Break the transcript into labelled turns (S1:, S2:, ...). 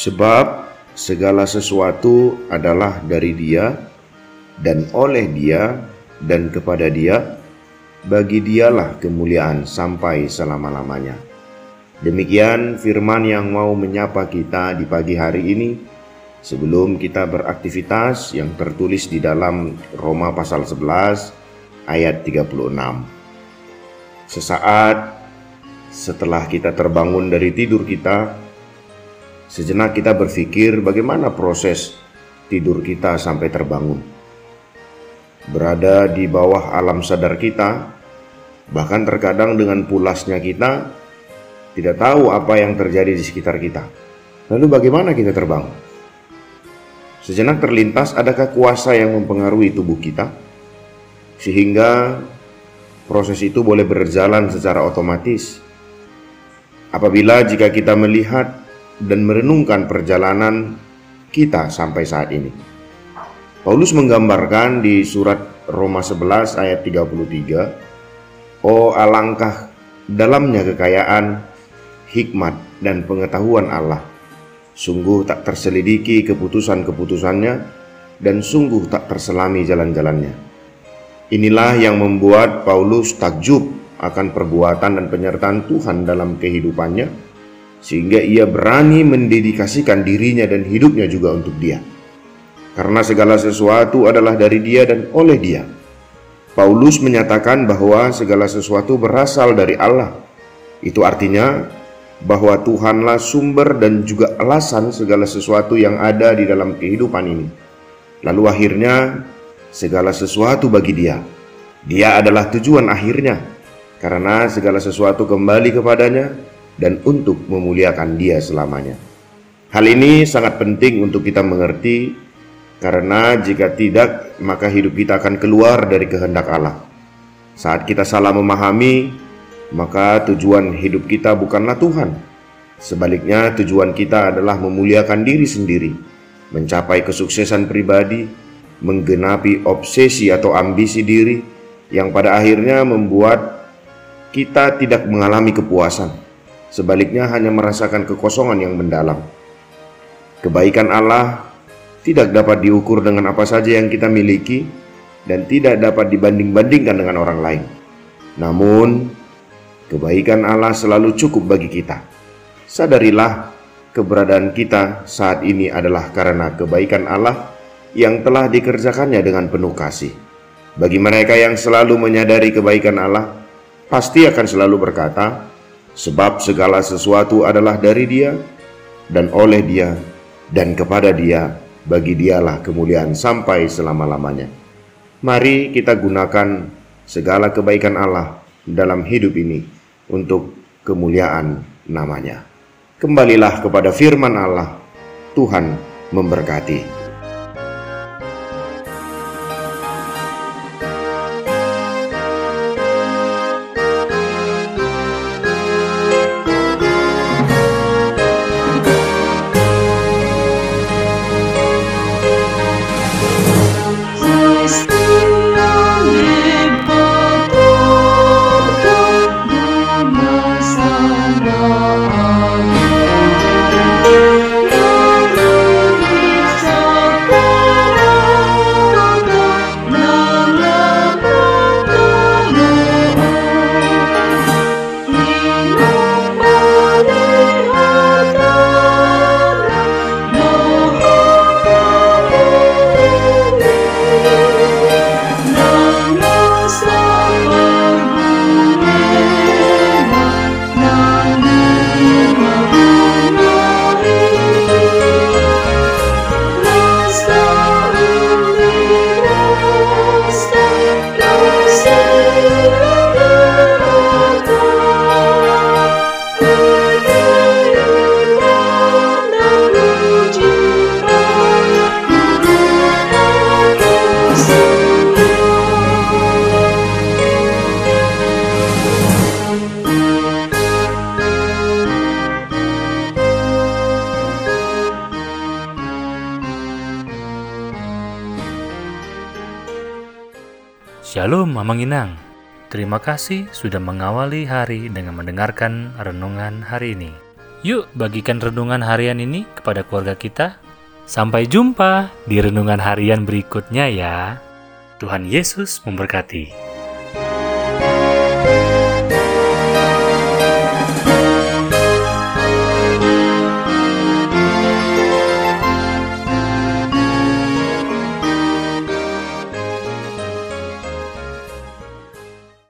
S1: Sebab segala sesuatu adalah dari Dia, dan oleh Dia, dan kepada Dia. Bagi Dialah kemuliaan sampai selama-lamanya. Demikian firman yang mau menyapa kita di pagi hari ini, sebelum kita beraktivitas yang tertulis di dalam Roma pasal 11 ayat 36. Sesaat setelah kita terbangun dari tidur kita, sejenak kita berpikir bagaimana proses tidur kita sampai terbangun. Berada di bawah alam sadar kita, bahkan terkadang dengan pulasnya kita tidak tahu apa yang terjadi di sekitar kita. Lalu bagaimana kita terbangun? Sejenak terlintas, adakah kuasa yang mempengaruhi tubuh kita sehingga proses itu boleh berjalan secara otomatis? Apabila jika kita melihat dan merenungkan perjalanan kita sampai saat ini, Paulus menggambarkan di surat Roma 11 ayat 33, "Oh alangkah dalamnya kekayaan, hikmat dan pengetahuan Allah. Sungguh tak terselidiki keputusan-keputusannya, dan sungguh tak terselami jalan-jalannya." Inilah yang membuat Paulus takjub akan perbuatan dan penyertaan Tuhan dalam kehidupannya, sehingga ia berani mendedikasikan dirinya dan hidupnya juga untuk Dia. Karena segala sesuatu adalah dari Dia dan oleh Dia. Paulus menyatakan bahwa segala sesuatu berasal dari Allah. Itu artinya bahwa Tuhanlah sumber dan juga alasan segala sesuatu yang ada di dalam kehidupan ini. Lalu akhirnya segala sesuatu bagi Dia. Dia adalah tujuan akhirnya, karena segala sesuatu kembali kepadanya dan untuk memuliakan Dia selamanya. Hal ini sangat penting untuk kita mengerti, karena jika tidak, maka hidup kita akan keluar dari kehendak Allah. Saat kita salah memahami, maka tujuan hidup kita bukanlah Tuhan. Sebaliknya, tujuan kita adalah memuliakan diri sendiri, mencapai kesuksesan pribadi, menggenapi obsesi atau ambisi diri, yang pada akhirnya membuat kita tidak mengalami kepuasan. Sebaliknya, hanya merasakan kekosongan yang mendalam. Kebaikan Allah tidak dapat diukur dengan apa saja yang kita miliki dan tidak dapat dibanding-bandingkan dengan orang lain. Namun, kebaikan Allah selalu cukup bagi kita. Sadarilah keberadaan kita saat ini adalah karena kebaikan Allah yang telah dikerjakannya dengan penuh kasih. Bagi mereka yang selalu menyadari kebaikan Allah, pasti akan selalu berkata, sebab segala sesuatu adalah dari Dia, dan oleh Dia, dan kepada Dia. Bagi Dialah kemuliaan sampai selama-lamanya. Mari kita gunakan segala kebaikan Allah dalam hidup ini untuk kemuliaan nama-Nya. Kembalilah kepada firman Allah. Tuhan memberkati.
S2: Shalom Mamang Inang. Terima kasih sudah mengawali hari dengan mendengarkan renungan hari ini. Yuk bagikan renungan harian ini kepada keluarga kita. Sampai jumpa di renungan harian berikutnya ya. Tuhan Yesus memberkati.